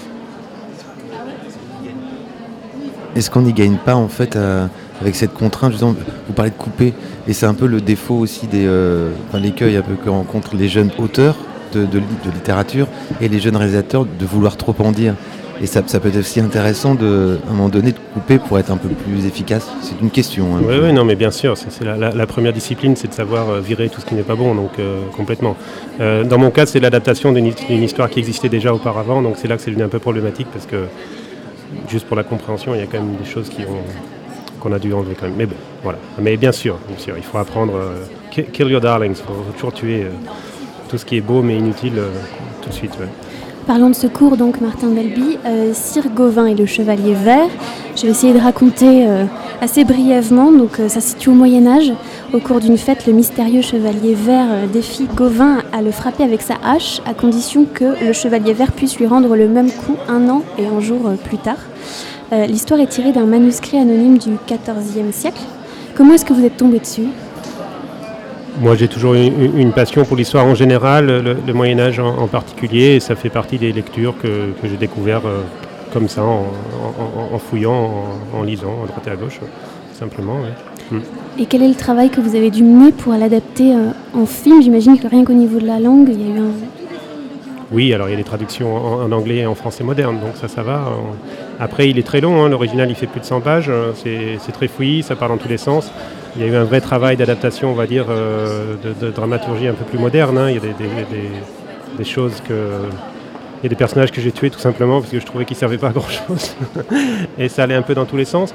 Est-ce qu'on n'y gagne pas, en fait, avec cette contrainte, justement, vous parlez de couper, et c'est un peu le défaut aussi l'écueil un peu que rencontrent les jeunes auteurs de littérature et les jeunes réalisateurs de vouloir trop en dire. Et ça peut être aussi intéressant à un moment donné de couper pour être un peu plus efficace. C'est une question. Oui, non, mais bien sûr. C'est la première discipline, c'est de savoir virer tout ce qui n'est pas bon, donc complètement. Dans mon cas, c'est l'adaptation d'une histoire qui existait déjà auparavant, donc c'est là que c'est devenu un peu problématique parce que juste pour la compréhension, il y a quand même des choses qu'on a dû enlever quand même. Mais bon, voilà. Mais bien sûr, il faut apprendre kill your darlings. Il faut toujours tuer tout ce qui est beau mais inutile tout de suite. Ouais. Parlons de ce cours, donc, Martin Delby, Sir Gauvin et le Chevalier Vert. Je vais essayer de raconter assez brièvement. Donc, ça se situe au Moyen-Âge. Au cours d'une fête, le mystérieux Chevalier Vert défie Gauvin à le frapper avec sa hache, à condition que le Chevalier Vert puisse lui rendre le même coup 1 an et 1 jour plus tard. L'histoire est tirée d'un manuscrit anonyme du XIVe siècle. Comment est-ce que vous êtes tombé dessus ? Moi, j'ai toujours eu une passion pour l'histoire en général, le Moyen-Âge en particulier, et ça fait partie des lectures que j'ai découvert comme ça, en fouillant, en lisant, à droite et à gauche, simplement. Ouais. Et quel est le travail que vous avez dû mener pour l'adapter en film ? J'imagine que rien qu'au niveau de la langue, il y a eu un... Oui, alors il y a des traductions en anglais et en français moderne, donc ça va. Après, il est très long, l'original il fait plus de 100 pages, c'est très fouillis, ça parle dans tous les sens. Il y a eu un vrai travail d'adaptation, on va dire, de dramaturgie un peu plus moderne. Il y a des choses que... Il y a des personnages que j'ai tués tout simplement parce que je trouvais qu'ils ne servaient pas à grand-chose. Et ça allait un peu dans tous les sens.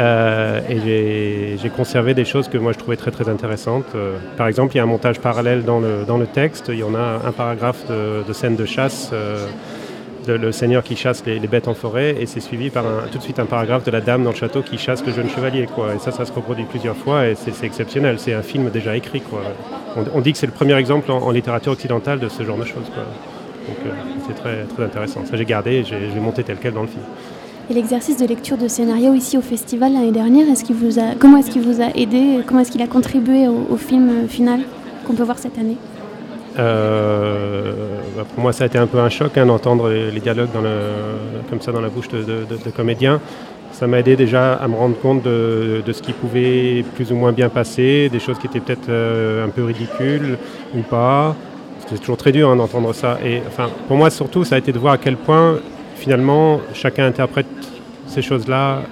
Et j'ai conservé des choses que moi je trouvais très très intéressantes. Par exemple, il y a un montage parallèle dans le texte. Il y en a un paragraphe de scène de chasse, le seigneur qui chasse les bêtes en forêt, et c'est suivi par tout de suite un paragraphe de la dame dans le château qui chasse le jeune chevalier, quoi. Et ça se reproduit plusieurs fois et c'est exceptionnel. C'est un film déjà écrit, quoi. On dit que c'est le premier exemple en littérature occidentale de ce genre de choses, quoi. Donc c'est très, très intéressant. Ça j'ai gardé et j'ai monté tel quel dans le film. Et l'exercice de lecture de scénario ici au festival l'année dernière, comment est-ce qu'il vous a aidé ? Comment est-ce qu'il a contribué au film final qu'on peut voir cette année ? Pour moi ça a été un peu un choc d'entendre les dialogues comme ça dans la bouche de comédiens. Ça m'a aidé déjà à me rendre compte de ce qui pouvait plus ou moins bien passer, des choses qui étaient peut-être un peu ridicules ou pas. C'est toujours très dur d'entendre ça. Et enfin, pour moi surtout ça a été de voir à quel point finalement chacun interprète ces choses-là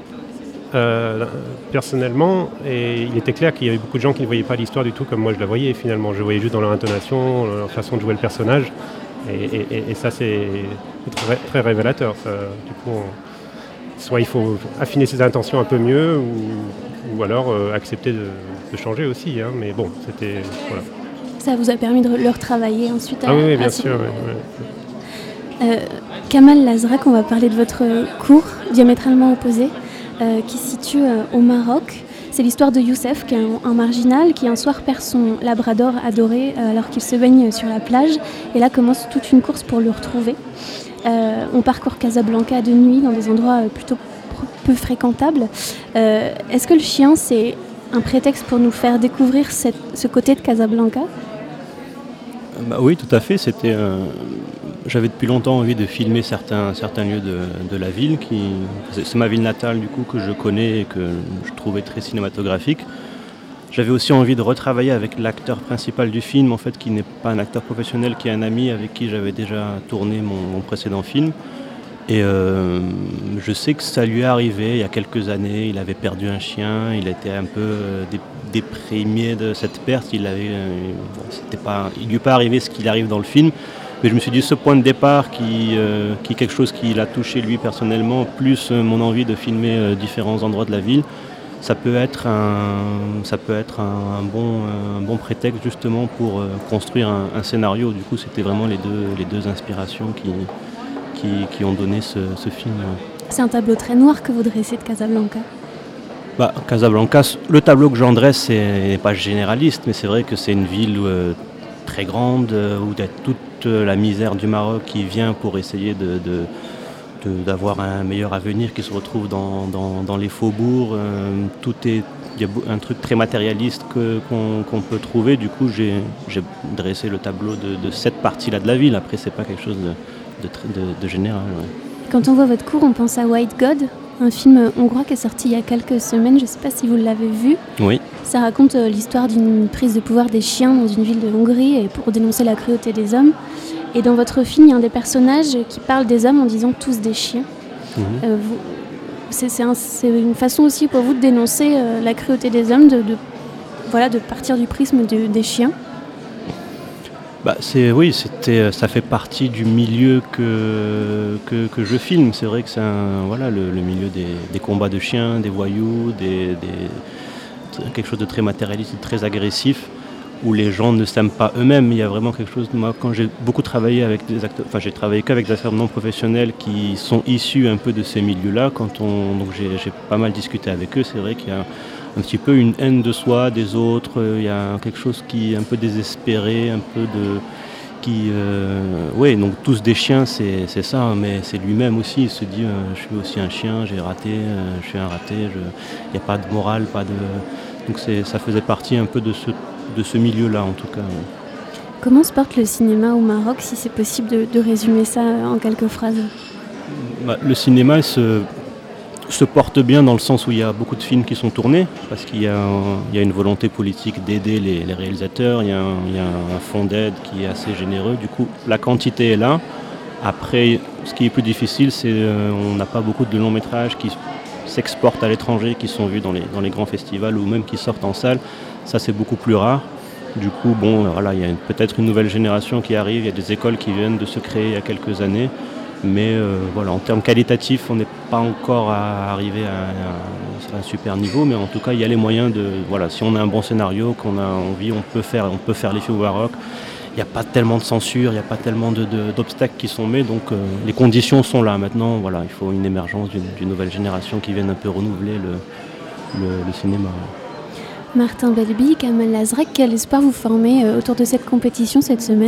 personnellement, et il était clair qu'il y avait beaucoup de gens qui ne voyaient pas l'histoire du tout comme moi je la voyais finalement. Je voyais juste dans leur intonation, leur façon de jouer le personnage, et ça c'est très, très révélateur. Ça, du coup, soit il faut affiner ses intentions un peu mieux, ou alors accepter de changer aussi. Mais bon, c'était... Voilà. Ça vous a permis de le retravailler ensuite oui, bien sûr. Ouais. Kamal Lazrak, on va parler de votre cours diamétralement opposé, qui se situe au Maroc. C'est l'histoire de Youssef, qui est un marginal, qui un soir perd son labrador adoré alors qu'il se baigne sur la plage. Et là commence toute une course pour le retrouver. On parcourt Casablanca de nuit dans des endroits plutôt peu fréquentables. Est-ce que le chien, c'est un prétexte pour nous faire découvrir ce côté de Casablanca ? Oui, tout à fait. J'avais depuis longtemps envie de filmer certains lieux de la ville. C'est ma ville natale du coup que je connais et que je trouvais très cinématographique. J'avais aussi envie de retravailler avec l'acteur principal du film, en fait, qui n'est pas un acteur professionnel, qui est un ami avec qui j'avais déjà tourné mon précédent film. Et je sais que ça lui est arrivé il y a quelques années. Il avait perdu un chien, il était un peu déprimé de cette perte. Il lui est pas arrivé ce qu'il arrive dans le film. Mais je me suis dit, ce point de départ qui est quelque chose qui l'a touché lui personnellement, plus mon envie de filmer différents endroits de la ville, ça peut être un bon prétexte justement pour construire un scénario. Du coup, c'était vraiment les deux inspirations qui ont donné ce film. C'est un tableau très noir que vous dressez de Casablanca. Casablanca, le tableau que j'en dresse n'est pas généraliste, mais c'est vrai que c'est une ville très grande, où il y a toute la misère du Maroc qui vient pour essayer d'avoir un meilleur avenir, qui se retrouve dans les faubourgs. Il y a un truc très matérialiste qu'on peut trouver. Du coup, j'ai dressé le tableau de cette partie-là de la ville. Après, c'est pas quelque chose de général. Ouais. Quand on voit votre cours, on pense à White God, un film hongrois qui est sorti il y a quelques semaines. Je ne sais pas si vous l'avez vu. Oui. Ça raconte l'histoire d'une prise de pouvoir des chiens dans une ville de Hongrie et pour dénoncer la cruauté des hommes. Et dans votre film, il y a un des personnages qui parle des hommes en disant tous des chiens. C'est une façon aussi pour vous de dénoncer la cruauté des hommes, de partir du prisme des chiens. Ça fait partie du milieu que je filme. C'est vrai que c'est le milieu des combats de chiens, des voyous, quelque chose de très matérialiste, de très agressif, où les gens ne s'aiment pas eux-mêmes. Il y a vraiment quelque chose. Moi, quand j'ai beaucoup travaillé avec des acteurs, j'ai travaillé qu'avec des acteurs non professionnels qui sont issus un peu de ces milieux-là. Donc j'ai pas mal discuté avec eux. C'est vrai qu'il y a un petit peu une haine de soi, des autres. Il y a quelque chose qui est un peu désespéré, un peu donc tous des chiens, c'est ça, mais c'est lui-même aussi. Il se dit, je suis aussi un chien, j'ai raté, je suis un raté. Il n'y a pas de morale, donc ça faisait partie un peu de ce milieu-là, en tout cas. Comment se porte le cinéma au Maroc, si c'est possible de résumer ça en quelques phrases ? Le cinéma se porte bien dans le sens où il y a beaucoup de films qui sont tournés, parce qu'il y a une volonté politique d'aider les réalisateurs, il y a un fonds d'aide qui est assez généreux. Du coup, la quantité est là. Après, ce qui est plus difficile, c'est on n'a pas beaucoup de longs métrages qui s'exportent à l'étranger, qui sont vus dans les grands festivals ou même qui sortent en salle. Ça, c'est beaucoup plus rare. Du coup, il y a peut-être une nouvelle génération qui arrive, il y a des écoles qui viennent de se créer il y a quelques années. Mais en termes qualitatifs, on n'est pas encore arrivé à un super niveau, mais en tout cas, il y a les moyens si on a un bon scénario, qu'on a envie, on peut faire les films au Maroc. Il n'y a pas tellement de censure, il n'y a pas tellement d'obstacles qui sont mis, donc les conditions sont là. Maintenant, il faut une émergence d'une nouvelle génération qui vienne un peu renouveler le cinéma. Martin Belby, Kamal Azrak, quel espoir vous formez autour de cette compétition cette semaine ?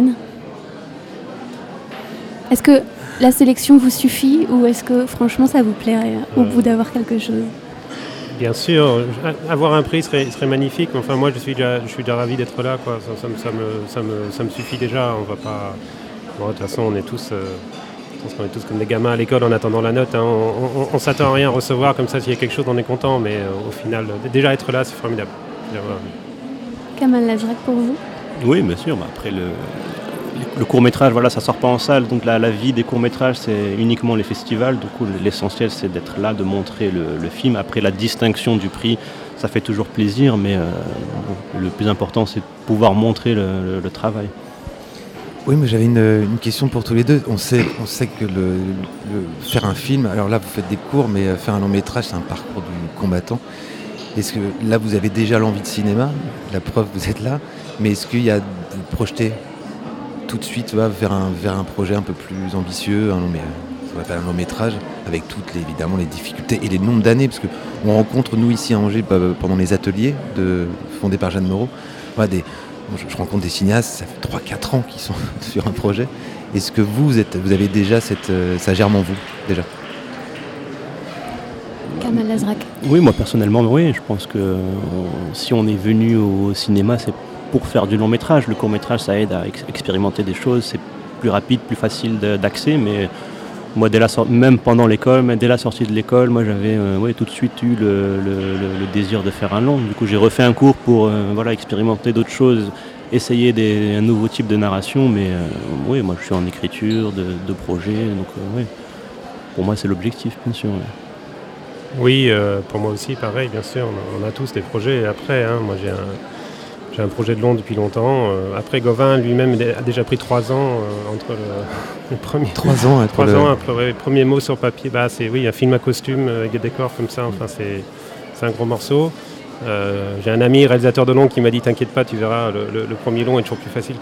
Est-ce que la sélection vous suffit ou est-ce que franchement ça vous plairait au bout d'avoir quelque chose ? Bien sûr, avoir un prix serait magnifique. Enfin, moi je suis déjà ravi d'être là, quoi. Ça me suffit déjà. On va pas. Bon, de toute façon, on est tous comme des gamins à l'école en attendant la note. Hein. On s'attend à rien recevoir comme ça. S'il y a quelque chose, on est content. Mais au final, déjà être là, c'est formidable. Kamal Lazrak pour vous ? Oui, bien sûr. Après le court-métrage, ça sort pas en salle, donc la vie des courts-métrages, c'est uniquement les festivals. Du coup, l'essentiel, c'est d'être là, de montrer le film. Après, la distinction du prix, ça fait toujours plaisir, mais le plus important, c'est de pouvoir montrer le travail. Oui, mais j'avais une question pour tous les deux. On sait que faire un film, alors là, vous faites des cours, mais faire un long-métrage, c'est un parcours du combattant. Est-ce que là, vous avez déjà l'envie de cinéma ? La preuve, vous êtes là. Mais est-ce qu'il y a vous projetez tout de suite vers un projet un peu plus ambitieux, ça va faire un long métrage, avec évidemment les difficultés et les nombres d'années, parce qu'on rencontre, nous, ici à Angers, pendant les ateliers fondés par Jeanne Moreau, je rencontre des cinéastes, ça fait 3-4 ans qu'ils sont sur un projet. Est-ce que vous avez déjà ça germe en vous, déjà ? Kamal Lazrak. Oui, moi personnellement, oui. Je pense que si on est venu au cinéma, c'est pour faire du long métrage. Le court métrage, ça aide à expérimenter des choses. C'est plus rapide, plus facile d'accès. Mais moi, même pendant l'école, dès la sortie de l'école, moi j'avais tout de suite eu le désir de faire un long. Du coup, j'ai refait un cours pour expérimenter d'autres choses, essayer un nouveau type de narration. Mais moi je suis en écriture de projets. Donc pour moi, c'est l'objectif, bien sûr. Oui, pour moi aussi, pareil, bien sûr. On a tous des projets. Après, moi j'ai un projet de long depuis longtemps. Après, Gauvin lui-même a déjà pris 3 ans entre le premier. 3 ans après le premier mot sur papier. C'est un film à costume avec des décors comme ça. Enfin, c'est un gros morceau. J'ai un ami réalisateur de long qui m'a dit t'inquiète pas, tu verras, le premier long est toujours plus facile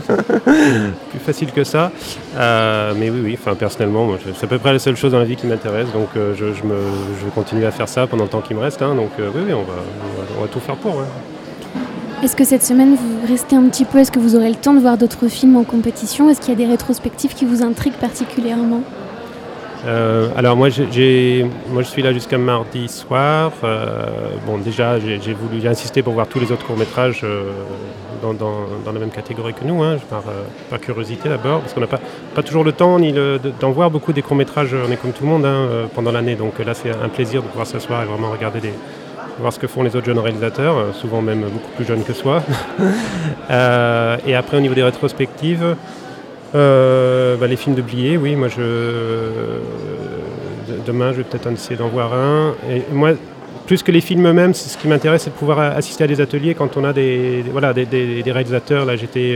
que ça. Mais oui, personnellement, moi, c'est à peu près la seule chose dans la vie qui m'intéresse, donc je vais continuer à faire ça pendant le temps qui me reste. Donc oui, on va tout faire pour. Ouais. Est-ce que cette semaine vous restez un petit peu, est-ce que vous aurez le temps de voir d'autres films en compétition? Est-ce qu'il y a des rétrospectives qui vous intriguent particulièrement? Alors moi je suis là jusqu'à mardi soir. Déjà j'ai insisté pour voir tous les autres courts-métrages dans la même catégorie que nous, par curiosité d'abord, parce qu'on n'a pas toujours le temps d'en voir beaucoup des courts-métrages, on est comme tout le monde pendant l'année, donc là c'est un plaisir de pouvoir s'asseoir et vraiment regarder voir ce que font les autres jeunes réalisateurs, souvent même beaucoup plus jeunes que soi. Et après au niveau des rétrospectives, les films de Blier, oui, moi demain je vais peut-être essayer d'en voir un. Et moi, plus que les films eux-mêmes, ce qui m'intéresse, c'est de pouvoir assister à des ateliers quand on a des réalisateurs. Là, j'étais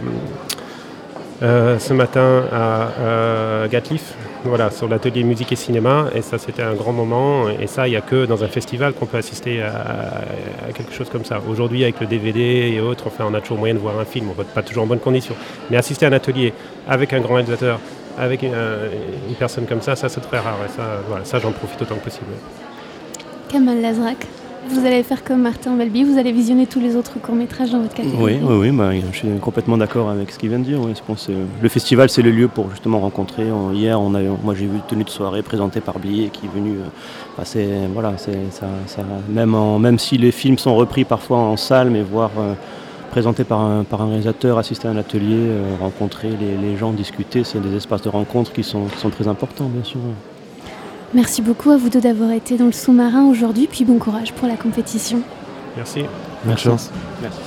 ce matin à Gatliff, sur l'atelier musique et cinéma, et ça c'était un grand moment, et ça il n'y a que dans un festival qu'on peut assister à quelque chose comme ça. Aujourd'hui avec le DVD et autres, on a toujours moyen de voir un film, on ne va pas toujours en bonne condition, mais assister à un atelier avec un grand réalisateur, avec une personne comme ça c'est très rare, et ça j'en profite autant que possible. Kamal Lazrak, vous allez faire comme Martin Welby, vous allez visionner tous les autres courts-métrages dans votre catégorie. Oui, je suis complètement d'accord avec ce qu'il vient de dire. Oui, je pense, le festival, c'est le lieu pour justement rencontrer. Hier, moi j'ai vu une tenue de soirée présentée par Blier qui est venu. Même si les films sont repris parfois en salle, mais voir présenté par un réalisateur, assister à un atelier, rencontrer les gens, discuter, c'est des espaces de rencontre qui sont très importants, bien sûr. Merci beaucoup à vous deux d'avoir été dans le sous-marin aujourd'hui, puis bon courage pour la compétition. Merci. Bonne chance. Merci.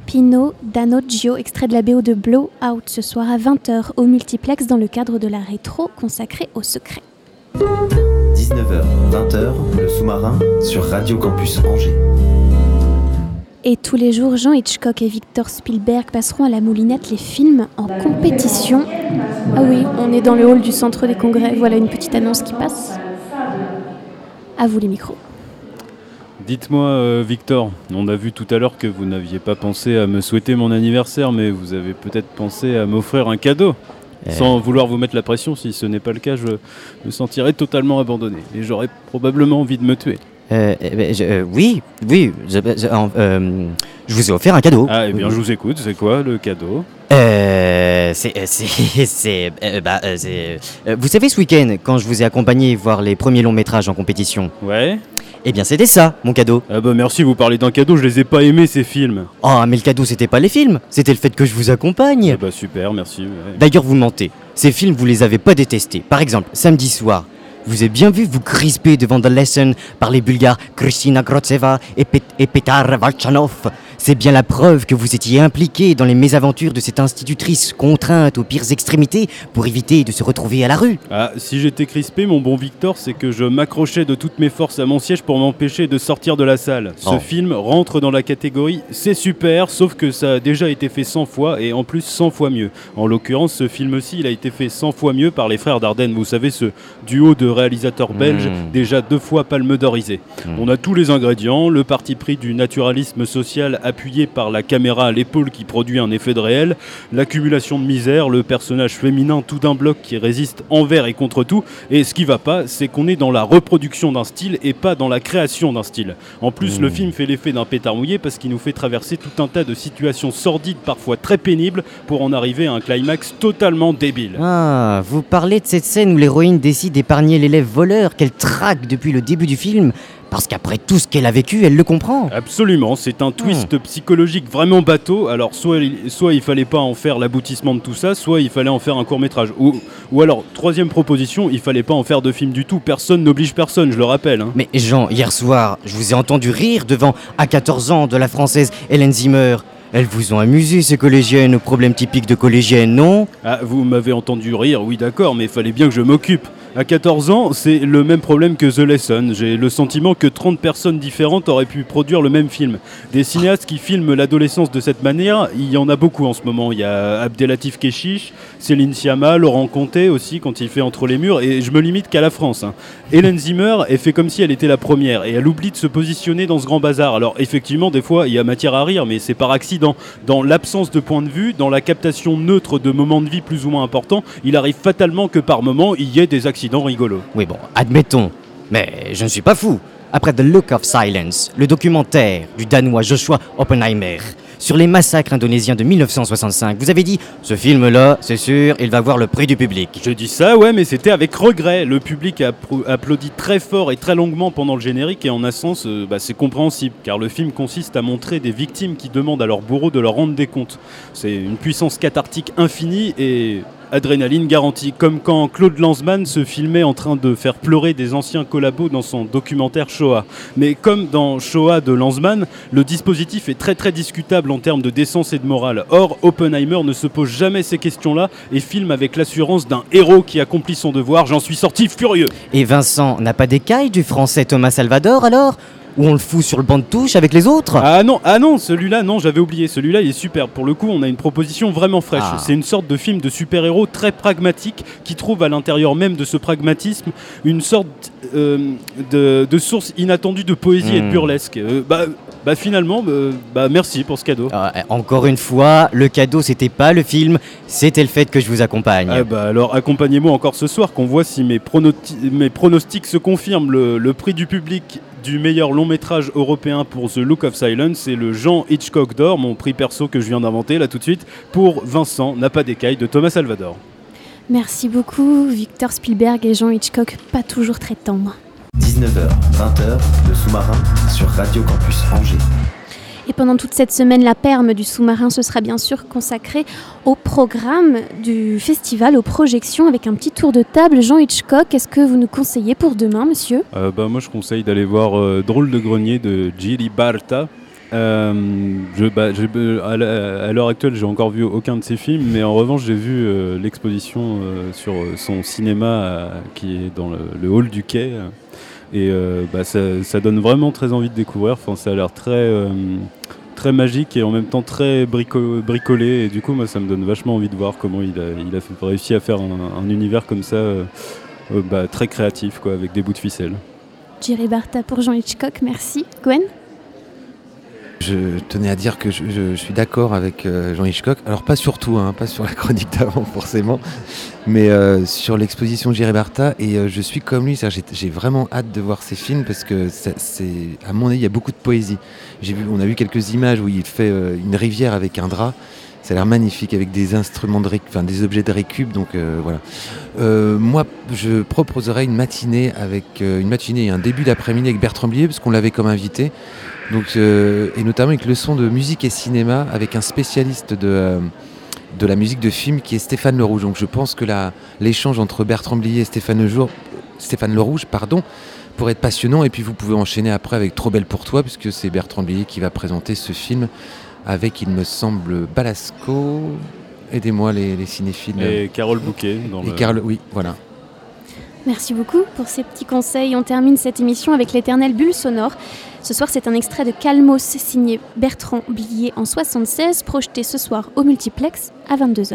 Pino D'Annunzio, extrait de la BO de Blow Out, ce soir à 20h au multiplex dans le cadre de la rétro consacrée au secret. 19h, 20h, le sous-marin sur Radio Campus Angers. Et tous les jours, Jean Hitchcock et Victor Spielberg passeront à la moulinette les films en compétition. Ah oui, on est dans le hall du centre des congrès, voilà une petite annonce qui passe. À vous les micros. Dites-moi, Victor, on a vu tout à l'heure que vous n'aviez pas pensé à me souhaiter mon anniversaire, mais vous avez peut-être pensé à m'offrir un cadeau. Sans vouloir vous mettre la pression, si ce n'est pas le cas, je me sentirais totalement abandonné et j'aurais probablement envie de me tuer. Oui, je vous ai offert un cadeau. Ah, eh bien, je vous écoute, c'est quoi le cadeau ? Vous savez, ce week-end, quand je vous ai accompagné voir les premiers longs métrages en compétition. Ouais. Eh bien, c'était ça, mon cadeau. Ah bah merci, vous parlez d'un cadeau, je les ai pas aimés ces films. Oh, mais le cadeau, c'était pas les films, c'était le fait que je vous accompagne. Ah bah super, merci. Ouais. D'ailleurs, vous mentez. Ces films, vous les avez pas détestés. Par exemple, samedi soir, je vous ai bien vu vous crisper devant The Lesson par les Bulgares Kristina Grotseva et Petar Valchanov. C'est bien la preuve que vous étiez impliqué dans les mésaventures de cette institutrice contrainte aux pires extrémités pour éviter de se retrouver à la rue. Ah, si j'étais crispé, mon bon Victor, c'est que je m'accrochais de toutes mes forces à mon siège pour m'empêcher de sortir de la salle. Ce film rentre dans la catégorie « C'est super », sauf que ça a déjà été fait 100 fois et en plus 100 fois mieux. En l'occurrence, ce film-ci, il a été fait 100 fois mieux par les frères Dardenne. Vous savez, ce duo de réalisateurs belges, déjà 2 fois Palme d'Orisé. On a tous les ingrédients, le parti pris du naturalisme social appuyé par la caméra à l'épaule qui produit un effet de réel, l'accumulation de misère, le personnage féminin tout d'un bloc qui résiste envers et contre tout, et ce qui va pas, c'est qu'on est dans la reproduction d'un style et pas dans la création d'un style. En plus, le film fait l'effet d'un pétard mouillé parce qu'il nous fait traverser tout un tas de situations sordides, parfois très pénibles, pour en arriver à un climax totalement débile. Ah, vous parlez de cette scène où l'héroïne décide d'épargner l'élève voleur qu'elle traque depuis le début du film. Parce qu'après tout ce qu'elle a vécu, elle le comprend. Absolument, c'est un twist psychologique vraiment bateau. Alors soit il fallait pas en faire l'aboutissement de tout ça, soit il fallait en faire un court-métrage. Ou alors, troisième proposition, il fallait pas en faire de film du tout. Personne n'oblige personne, je le rappelle. Hein. Mais Jean, hier soir, je vous ai entendu rire devant, à 14 ans, de la française Hélène Zimmer. Elles vous ont amusé, ces collégiennes, aux problèmes typiques de collégiennes, non ? Ah, vous m'avez entendu rire, oui d'accord, mais il fallait bien que je m'occupe. À 14 ans, c'est le même problème que The Lesson. J'ai le sentiment que 30 personnes différentes auraient pu produire le même film. Des cinéastes qui filment l'adolescence de cette manière, il y en a beaucoup en ce moment. Il y a Abdelatif Kechiche, Céline Sciamma, Laurent Conté aussi quand il fait Entre les murs, et je me limite qu'à la France. Hein. Hélène Zimmer, elle fait comme si elle était la première, et elle oublie de se positionner dans ce grand bazar. Alors effectivement, des fois, il y a matière à rire, mais c'est par accident. Dans l'absence de point de vue, dans la captation neutre de moments de vie plus ou moins importants, il arrive fatalement que par moments, il y ait des accidents rigolos. Oui bon, admettons, mais je ne suis pas fou. Après The Look of Silence, le documentaire du Danois Joshua Oppenheimer sur les massacres indonésiens de 1965, vous avez dit, ce film-là, c'est sûr, il va avoir le prix du public. Je dis ça, ouais, mais c'était avec regret. Le public a applaudi très fort et très longuement pendant le générique, et en un sens, c'est compréhensible, car le film consiste à montrer des victimes qui demandent à leurs bourreaux de leur rendre des comptes. C'est une puissance cathartique infinie et adrénaline garantie, comme quand Claude Lanzmann se filmait en train de faire pleurer des anciens collabos dans son documentaire Shoah. Mais comme dans Shoah de Lanzmann, le dispositif est très très discutable en termes de décence et de morale. Or, Oppenheimer ne se pose jamais ces questions-là et filme avec l'assurance d'un héros qui accomplit son devoir. J'en suis sorti furieux. Et Vincent n'a pas d'écaille du français Thomas Salvador alors ? Ou on le fout sur le banc de touche avec les autres ? Ah non, celui-là, non, j'avais oublié. Celui-là, il est superbe. Pour le coup, on a une proposition vraiment fraîche. C'est une sorte de film de super-héros très pragmatique qui trouve à l'intérieur même de ce pragmatisme une sorte de source inattendue de poésie et de burlesque. Finalement, merci pour ce cadeau. Encore une fois, le cadeau, c'était pas le film, c'était le fait que je vous accompagne. Alors, accompagnez-moi encore ce soir, qu'on voit si mes pronostics se confirment. Le prix du public du meilleur long métrage européen pour The Look of Silence, c'est le Jean Hitchcock d'or, mon prix perso que je viens d'inventer là tout de suite, pour Vincent n'a pas d'écaille de Thomas Salvador. Merci beaucoup Victor Spielberg et Jean Hitchcock, pas toujours très tendres. 19h, 20h, le sous-marin sur Radio Campus Angers. Et pendant toute cette semaine, la perme du sous-marin, ce sera bien sûr consacré au programme du festival, aux projections, avec un petit tour de table. Jean Hitchcock, est-ce que vous nous conseillez pour demain, monsieur ? Moi, je conseille d'aller voir Drôle de grenier de Gilly Barta, À l'heure actuelle, j'ai encore vu aucun de ses films, mais en revanche, j'ai vu l'exposition sur son cinéma qui est dans le hall du Quai. Et ça donne vraiment très envie de découvrir. Enfin, ça a l'air très magique et en même temps très bricolé. Et du coup, moi, ça me donne vachement envie de voir comment il a réussi à faire un univers comme ça, très créatif, quoi, avec des bouts de ficelle. Jerry Barta pour Jean Hitchcock, merci. Gwen ? Je tenais à dire que je suis d'accord avec Jean Hitchcock. Alors pas sur tout, pas sur la chronique d'avant forcément, mais sur l'exposition Jerry Barta. Et je suis comme lui, j'ai vraiment hâte de voir ces films parce que à mon avis, il y a beaucoup de poésie. On a vu quelques images où il fait une rivière avec un drap. Ça a l'air magnifique avec des instruments des objets de récup. Donc voilà. Moi, je proposerais une matinée et un début d'après-midi avec Bertrand Blier parce qu'on l'avait comme invité. Donc, et notamment avec leçon de musique et cinéma avec un spécialiste de la musique de film qui est Stéphane Le Rouge. Donc je pense que l'échange entre Bertrand Blier et Stéphane Le Rouge pourrait être passionnant. Et puis vous pouvez enchaîner après avec Trop belle pour toi puisque c'est Bertrand Blier qui va présenter ce film avec, il me semble, Balasco. Aidez-moi les cinéphiles. Et Carole Bouquet. Oui, voilà. Merci beaucoup pour ces petits conseils. On termine cette émission avec l'éternelle bulle sonore. Ce soir, c'est un extrait de Calmos signé Bertrand Blier en 1976, projeté ce soir au multiplex à 22h.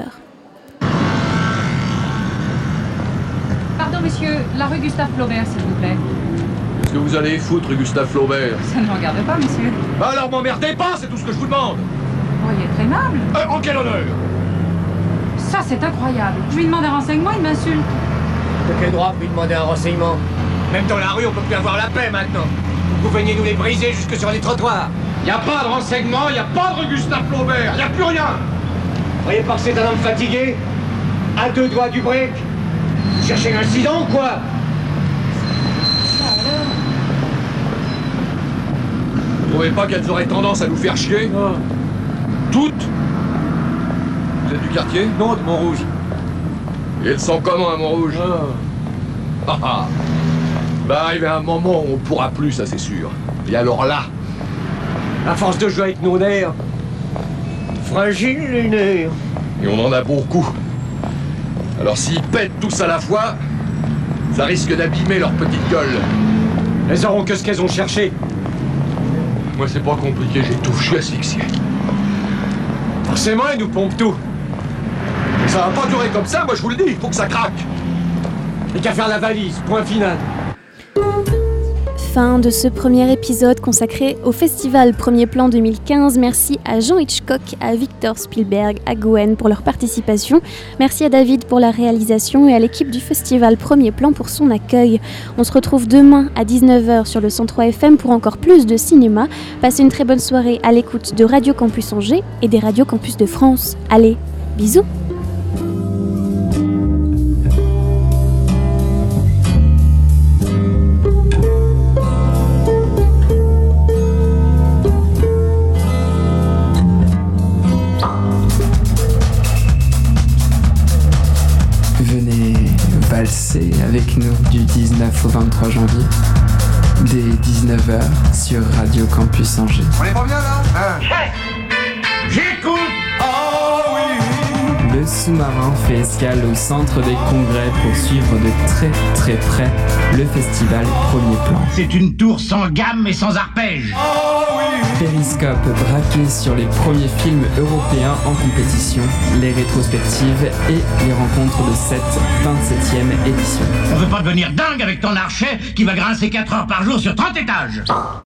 Pardon, monsieur, la rue Gustave Flaubert, s'il vous plaît. Qu'est-ce que vous allez foutre, Gustave Flaubert? Ça ne me regarde pas, monsieur. Alors m'emmerdez pas, c'est tout ce que je vous demande. Vous voyez, très aimable. En quel honneur? Ça, c'est incroyable. Je lui demande un renseignement, il m'insulte. De quel droit puis demander un renseignement? Même dans la rue, on peut plus avoir la paix maintenant. Vous veniez nous les briser jusque sur les trottoirs. Y a pas de renseignement, y a pas de rue Gustave Flaubert, y a plus rien. Vous croyez pas que c'est un homme fatigué? À deux doigts du break? Vous cherchez l'incident ou quoi? Vous trouvez pas qu'elles auraient tendance à nous faire chier? Toutes? Vous êtes du quartier? Non, de Montrouge. Et elles sont comment à Montrouge? Va arriver un moment où on pourra plus, ça c'est sûr. Et alors là, à force de jouer avec nos nerfs, fragiles les nerfs. Et on en a beaucoup. Alors s'ils pètent tous à la fois, ça risque d'abîmer leur petite gueule. Elles auront que ce qu'elles ont cherché. Moi c'est pas compliqué, j'étouffe, je suis asphyxié. Forcément, ils nous pompent tout. Ça va pas durer comme ça, moi je vous le dis, il faut que ça craque. Et qu'à faire la valise, point final. Fin de ce premier épisode consacré au festival Premier Plan 2015. Merci à Jean Hitchcock, à Victor Spielberg, à Gwen pour leur participation. Merci à David pour la réalisation et à l'équipe du festival Premier Plan pour son accueil. On se retrouve demain à 19h sur le 103 FM pour encore plus de cinéma. Passez une très bonne soirée à l'écoute de Radio Campus Angers et des Radio Campus de France. Allez, bisous! Avec nous du 19 au 23 janvier, dès 19h sur Radio Campus Angers. On est pas bien là? J'écoute. Oh oui. Le sous-marin fait escale au centre des congrès pour suivre de très très près le festival Premier Plan. C'est une tour sans gamme et sans arpège. Oh oui. Périscope braqué sur les premiers films européens en compétition, les rétrospectives et les rencontres de cette 27e édition. On veut pas devenir dingue avec ton archet qui va grincer 4 heures par jour sur 30 étages.